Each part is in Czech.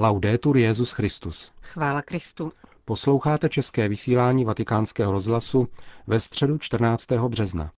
Laudetur Jesus Christus. Chvála Kristu. Posloucháte české vysílání Vatikánského rozhlasu ve středu 14. března.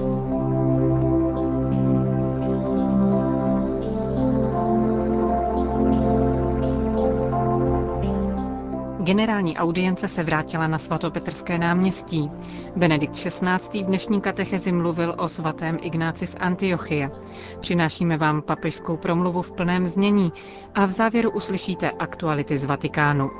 Generální audience se vrátila na svatopetrské náměstí. Benedikt XVI. V dnešní katechezi mluvil o svatém Ignáci z Antiochie. Přinášíme vám papežskou promluvu v plném znění a v závěru uslyšíte aktuality z Vatikánu.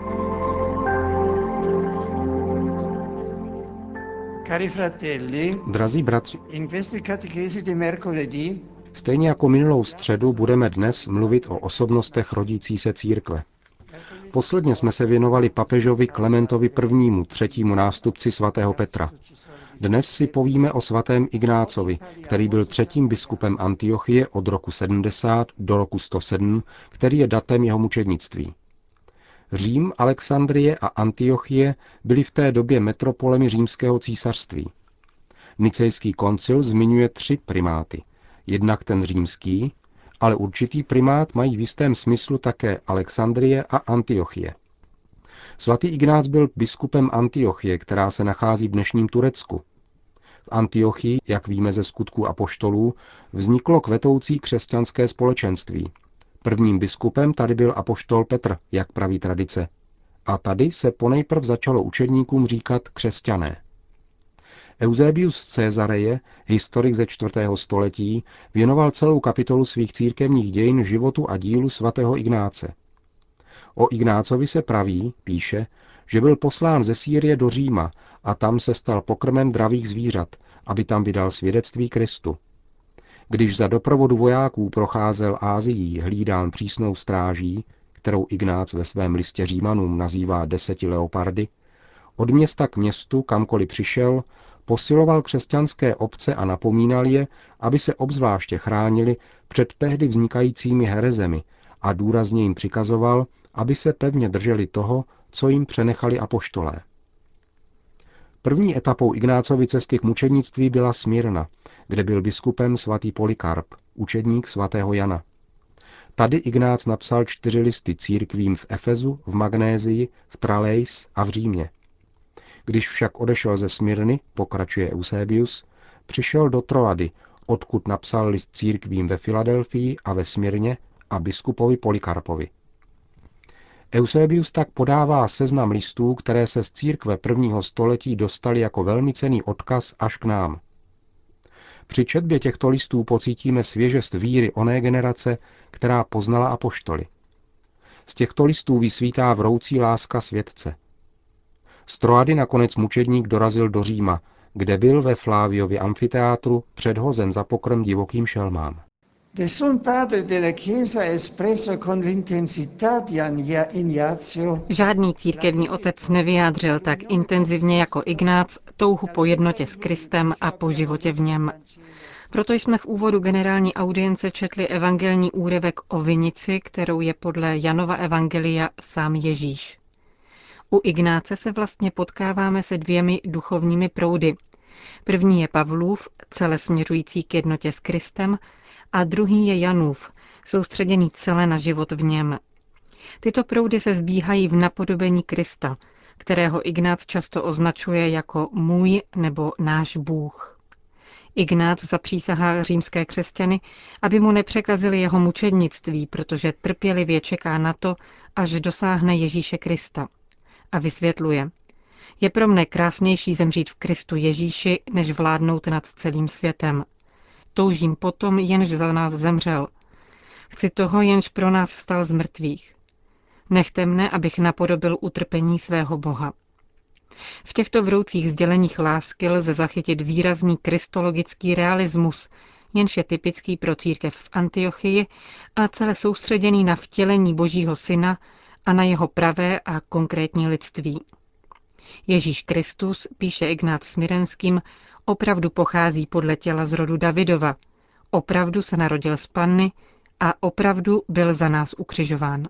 Cari fratelli, Drazí bratři, in questa catechesi di mercoledì stejně jako minulou středu budeme dnes mluvit o osobnostech rodící se církve. Posledně jsme se věnovali papežovi Klementovi I., třetímu nástupci svatého Petra. Dnes si povíme o svatém Ignácovi, který byl třetím biskupem Antiochie od roku 70 do roku 107, který je datem jeho mučednictví. Řím, Alexandrie a Antiochie byly v té době metropolemi římského císařství. Nicejský koncil zmiňuje 3 primáty. Jednak ten římský, ale určitý primát mají v jistém smyslu také Alexandrie a Antiochie. Svatý Ignác byl biskupem Antiochie, která se nachází v dnešním Turecku. V Antiochii, jak víme ze Skutků apoštolů, vzniklo kvetoucí křesťanské společenství. Prvním biskupem tady byl apoštol Petr, jak praví tradice. A tady se ponejprv začalo učedníkům říkat křesťané. Eusebius z Caesareje, historik ze 4. století, věnoval celou kapitolu svých církevních dějin životu a dílu svatého Ignáce. O Ignácovi se praví, píše, že byl poslán ze Sýrie do Říma a tam se stal pokrmem dravých zvířat, aby tam vydal svědectví Kristu. Když za doprovodu vojáků procházel Ázií hlídán přísnou stráží, kterou Ignác ve svém listě Římanům nazývá 10 leopardy, od města k městu, kamkoliv přišel, posiloval křesťanské obce a napomínal je, aby se obzvláště chránili před tehdy vznikajícími herezemi a důrazně jim přikazoval, aby se pevně drželi toho, co jim přenechali apoštolé. První etapou Ignácovy cesty k mučednictví byla Smyrna, kde byl biskupem svatý Polykarp, učedník svatého Jana. Tady Ignác napsal 4 listy církvím v Efezu, v Magnésii, v Tralejs a v Římě. Když však odešel ze Smyrny, pokračuje Eusebius, přišel do Troady, odkud napsal list církvím ve Filadelfii a ve Smyrně a biskupovi Polykarpovi. Eusebius tak podává seznam listů, které se z církve 1. století dostaly jako velmi cenný odkaz až k nám. Při četbě těchto listů pocítíme svěžest víry oné generace, která poznala apoštoly. Z těchto listů vysvítá vroucí láska světce. Z Troady nakonec mučedník dorazil do Říma, kde byl ve Fláviově amfiteátru předhozen za pokrm divokým šelmám. Žádný církevní otec nevyjádřil tak intenzivně jako Ignác touhu po jednotě s Kristem a po životě v něm. Proto jsme v úvodu generální audience četli evangelní úryvek o vinici, kterou je podle Janova evangelia sám Ježíš. U Ignáce se vlastně potkáváme se 2 duchovními proudy. První je Pavlův, celé směřující k jednotě s Kristem, a druhý je Janův, soustředěný celé na život v něm. Tyto proudy se sbíhají v napodobení Krista, kterého Ignác často označuje jako můj nebo náš Bůh. Ignác zapřísahá římské křesťany, aby mu nepřekazili jeho mučednictví, protože trpělivě čeká na to, až dosáhne Ježíše Krista. A vysvětluje: je pro mne krásnější zemřít v Kristu Ježíši, než vládnout nad celým světem. Toužím potom, jenž za nás zemřel. Chci toho, jenž pro nás vstal z mrtvých. Nechte mne, abych napodobil utrpení svého Boha. V těchto vroucích sděleních lásky lze zachytit výrazný kristologický realismus, jenž je typický pro církev v Antiochii a celé soustředěný na vtělení Božího Syna a na jeho pravé a konkrétní lidství. Ježíš Kristus, píše Ignác Smyrenským, opravdu pochází podle těla z rodu Davidova, opravdu se narodil z panny a opravdu byl za nás ukřižován.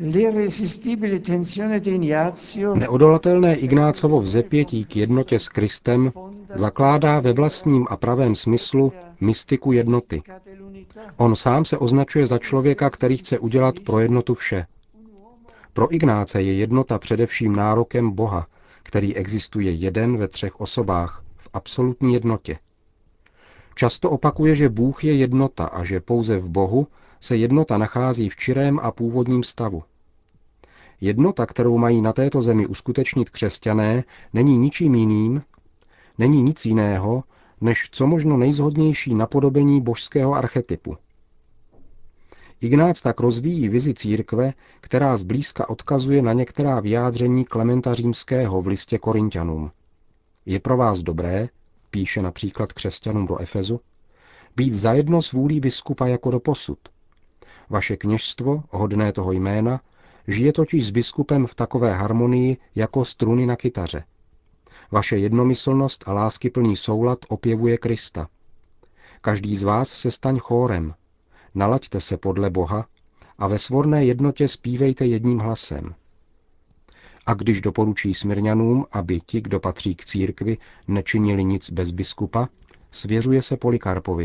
Neodolatelné Ignácovo vzepětí k jednotě s Kristem zakládá ve vlastním a pravém smyslu mystiku jednoty. On sám se označuje za člověka, který chce udělat pro jednotu vše. Pro Ignáce je jednota především nárokem Boha, který existuje jeden ve 3 osobách, v absolutní jednotě. Často opakuje, že Bůh je jednota a že pouze v Bohu se jednota nachází v čirém a původním stavu. Jednota, kterou mají na této zemi uskutečnit křesťané, není ničím jiným, není nic jiného, než co možno nejshodnější napodobení božského archetypu. Ignác tak rozvíjí vizi církve, která zblízka odkazuje na některá vyjádření Klementa Římského v listě Korinťanům. Je pro vás dobré, píše například křesťanům do Efezu, být zajedno s vůlí biskupa jako doposud. Vaše kněžstvo, hodné toho jména, žije totiž s biskupem v takové harmonii jako struny na kytaře. Vaše jednomyslnost a láskyplný soulad opěvuje Krista. Každý z vás se staň chórem. Nalaďte se podle Boha a ve svorné jednotě zpívejte jedním hlasem. A když doporučí Smyrňanům, aby ti, kdo patří k církvi, nečinili nic bez biskupa, svěřuje se Polikarpovi.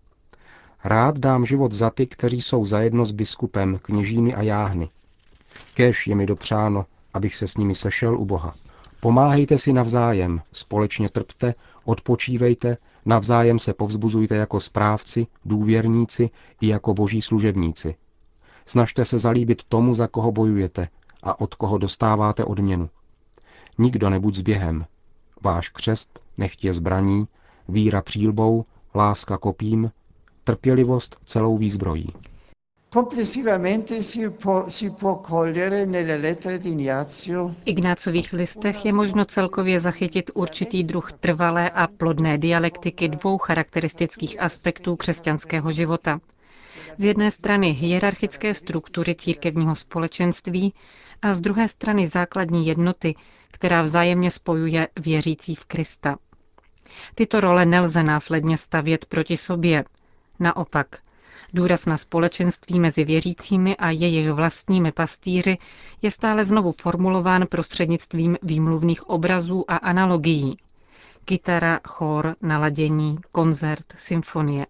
Rád dám život za ty, kteří jsou zajedno s biskupem, kněžími a jáhny. Kéž je mi dopřáno, abych se s nimi sešel u Boha. Pomáhejte si navzájem, společně trpte, odpočívejte, navzájem se povzbuzujte jako správci, důvěrníci i jako boží služebníci. Snažte se zalíbit tomu, za koho bojujete a od koho dostáváte odměnu. Nikdo nebuď zběhem. Váš křest nechť je zbraní, víra přílbou, láska kopím, trpělivost celou výzbrojí. Complessivamente si può cogliere nelle lettere di Ignazio V Ignácových listech je možno celkově zachytit určitý druh trvalé a plodné dialektiky 2 charakteristických aspektů křesťanského života. Z jedné strany hierarchické struktury církevního společenství a z druhé strany základní jednoty, která vzájemně spojuje věřící v Krista. Tyto role nelze následně stavět proti sobě. Naopak, důraz na společenství mezi věřícími a jejich vlastními pastýři je stále znovu formulován prostřednictvím výmluvných obrazů a analogií. Kytara, chór, naladění, koncert, symfonie.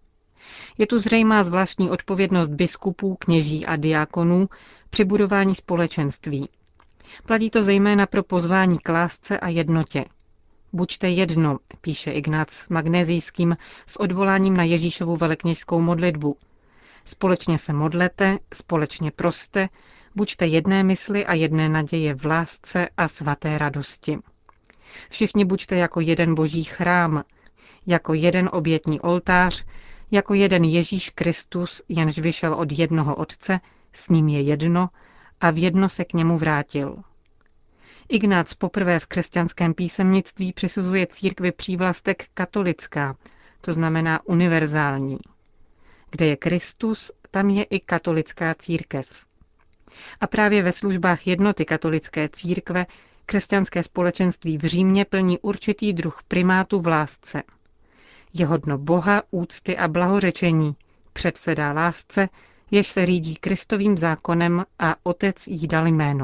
Je tu zřejmá zvláštní odpovědnost biskupů, kněží a diakonů při budování společenství. Platí to zejména pro pozvání k lásce a jednotě. Buďte jedno, píše Ignác Magnézijským s odvoláním na Ježíšovu velekněžskou modlitbu. Společně se modlete, společně proste, buďte jedné mysli a jedné naděje v lásce a svaté radosti. Všichni buďte jako jeden boží chrám, jako jeden obětní oltář, jako jeden Ježíš Kristus, jenž vyšel od jednoho Otce, s ním je jedno a v jedno se k němu vrátil. Ignác poprvé v křesťanském písemnictví přisuzuje církvi přívlastek katolická, to znamená univerzální. Kde je Kristus, tam je i katolická církev. A právě ve službách jednoty katolické církve křesťanské společenství v Římě plní určitý druh primátu v lásce. Je hodno Boha, úcty a blahořečení, předsedá lásce, jež se řídí Kristovým zákonem a Otec jí dal jméno.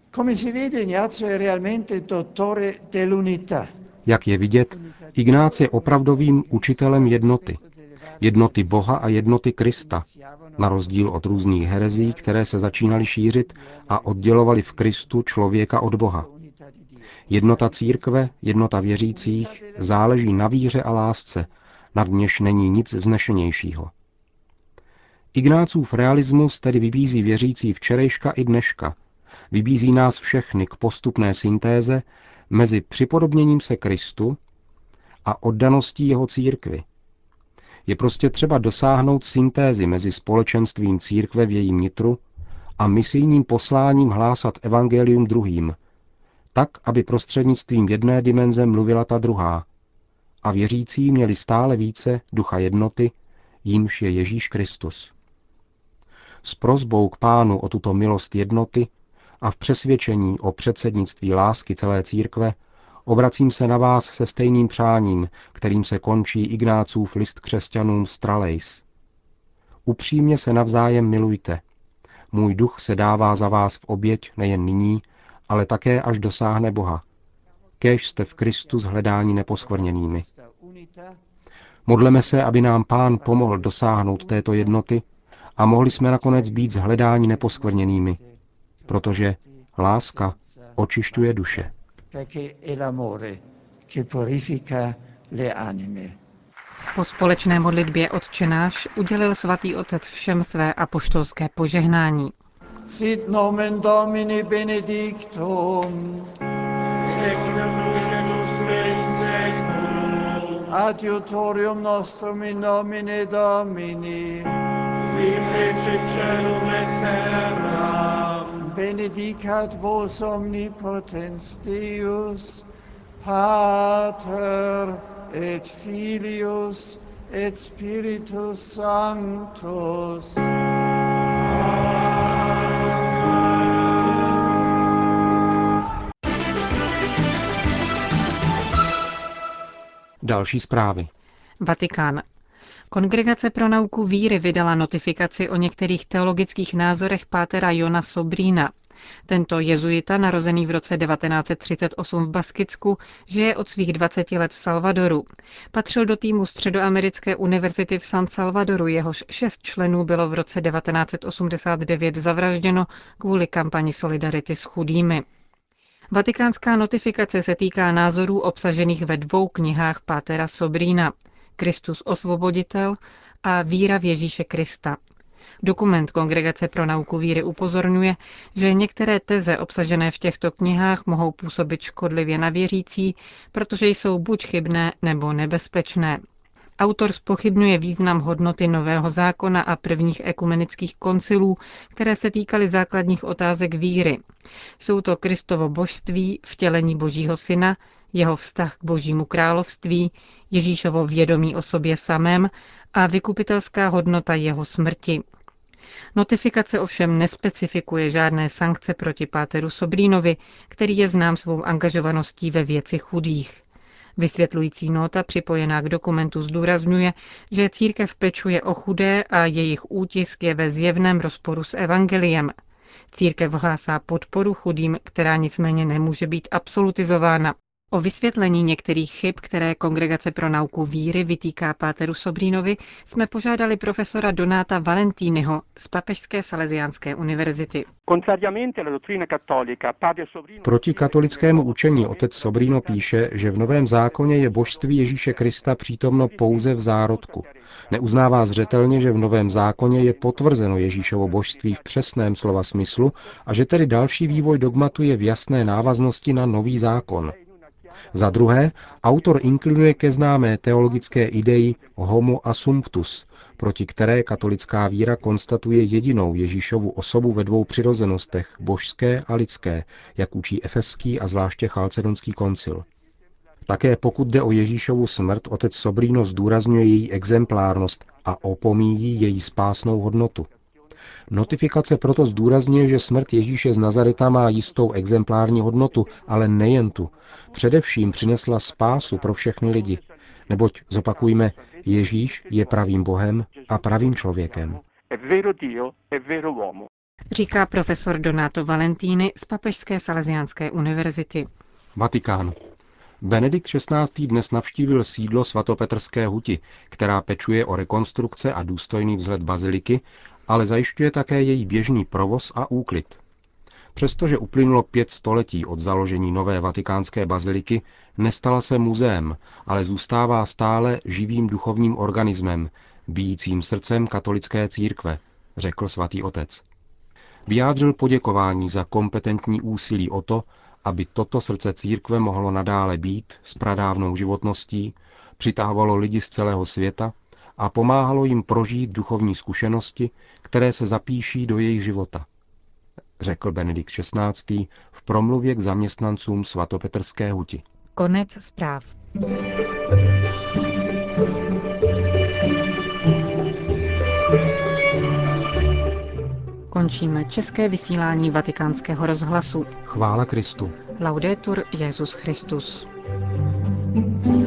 Jak je vidět, Ignác je opravdovým učitelem jednoty. Jednoty Boha a jednoty Krista, na rozdíl od různých herezí, které se začínaly šířit a oddělovaly v Kristu člověka od Boha. Jednota církve, jednota věřících záleží na víře a lásce, nad něž není nic vznešenějšího. Ignácův realismus tedy vybízí věřící včerejška i dneška, vybízí nás všechny k postupné syntéze mezi připodobněním se Kristu a oddaností jeho církvi. Je prostě třeba dosáhnout syntézy mezi společenstvím církve v jejím nitru a misijním posláním hlásat evangelium druhým, tak, aby prostřednictvím jedné dimenze mluvila ta druhá a věřící měli stále více ducha jednoty, jímž je Ježíš Kristus. S prosbou k Pánu o tuto milost jednoty a v přesvědčení o předsednictví lásky celé církve obracím se na vás se stejným přáním, kterým se končí Ignácův list křesťanům Stralejs. Upřímně se navzájem milujte. Můj duch se dává za vás v oběť nejen nyní, ale také až dosáhne Boha. Kéž jste v Kristu shledáni neposkvrněnými. Modleme se, aby nám Pán pomohl dosáhnout této jednoty a mohli jsme nakonec být shledáni neposkvrněnými. protože láska očišťuje duše. Po společné modlitbě Otčenáš udělil svatý otec všem své apoštolské požehnání. Sit nomen Domini benedictum, adiutorium nostrum in nomine Domini, qui fecit caelum et terram, benedicat vos omnipotens Deus, Pater et Filius et Spiritus Sanctus. Další zprávy. Vatikán. Kongregace pro nauku víry vydala notifikaci o některých teologických názorech pátera Jona Sobrína. Tento jezuita, narozený v roce 1938 v Baskicku, žije od svých 20 let v Salvadoru. Patřil do týmu Středoamerické univerzity v San Salvadoru, jehož 6 členů bylo v roce 1989 zavražděno kvůli kampani solidarity s chudými. Vatikánská notifikace se týká názorů obsažených ve 2 knihách pátera Sobrína, Kristus osvoboditel a Víra v Ježíše Krista. Dokument Kongregace pro nauku víry upozorňuje, že některé teze obsažené v těchto knihách mohou působit škodlivě na věřící, protože jsou buď chybné nebo nebezpečné. Autor zpochybňuje význam hodnoty Nového zákona a prvních ekumenických koncilů, které se týkaly základních otázek víry. Jsou to Kristovo božství, vtělení Božího syna, jeho vztah k Božímu království, Ježíšovo vědomí o sobě samém a vykupitelská hodnota jeho smrti. Notifikace ovšem nespecifikuje žádné sankce proti páteru Sobrínovi, který je znám svou angažovaností ve věci chudých. Vysvětlující nota připojená k dokumentu zdůrazňuje, že církev pečuje o chudé a jejich útisk je ve zjevném rozporu s evangeliem. Církev hlásá podporu chudým, která nicméně nemůže být absolutizována. O vysvětlení některých chyb, které Kongregace pro nauku víry vytýká páteru Sobrínovi, jsme požádali profesora Donata Valentiniho z Papežské salesiánské univerzity. Proti katolickému učení otec Sobrino píše, že v Novém zákoně je božství Ježíše Krista přítomno pouze v zárodku. Neuznává zřetelně, že v Novém zákoně je potvrzeno Ježíšovo božství v přesném slova smyslu a že tedy další vývoj dogmatu je v jasné návaznosti na Nový zákon. Za druhé, autor inklinuje ke známé teologické ideji homo assumptus, proti které katolická víra konstatuje jedinou Ježíšovu osobu ve 2 přirozenostech, božské a lidské, jak učí Efeský a zvláště Chalcedonský koncil. Také pokud jde o Ježíšovu smrt, otec Sobrino zdůrazňuje její exemplárnost a opomíjí její spásnou hodnotu. Notifikace proto zdůrazňuje, že smrt Ježíše z Nazareta má jistou exemplární hodnotu, ale nejen tu. Především přinesla spásu pro všechny lidi. Neboť, zopakujme, Ježíš je pravým Bohem a pravým člověkem. Říká profesor Donato Valentini z Papežské salesiánské univerzity. Vatikán. Benedikt XVI. Dnes navštívil sídlo svatopetrské huti, která pečuje o rekonstrukce a důstojný vzhled baziliky, ale zajišťuje také její běžný provoz a úklid. Přestože uplynulo 5 století od založení nové vatikánské baziliky, nestala se muzeem, ale zůstává stále živým duchovním organismem, bijícím srdcem katolické církve, řekl svatý otec. Vyjádřil poděkování za kompetentní úsilí o to, aby toto srdce církve mohlo nadále být s pradávnou životností, přitahovalo lidi z celého světa a pomáhalo jim prožít duchovní zkušenosti, které se zapíší do jejich života, řekl Benedikt XVI. V promluvě k zaměstnancům svatopetrské huti. Konec zpráv. Končíme české vysílání Vatikánského rozhlasu. Chvála Kristu. Laudetur Jesus Christus.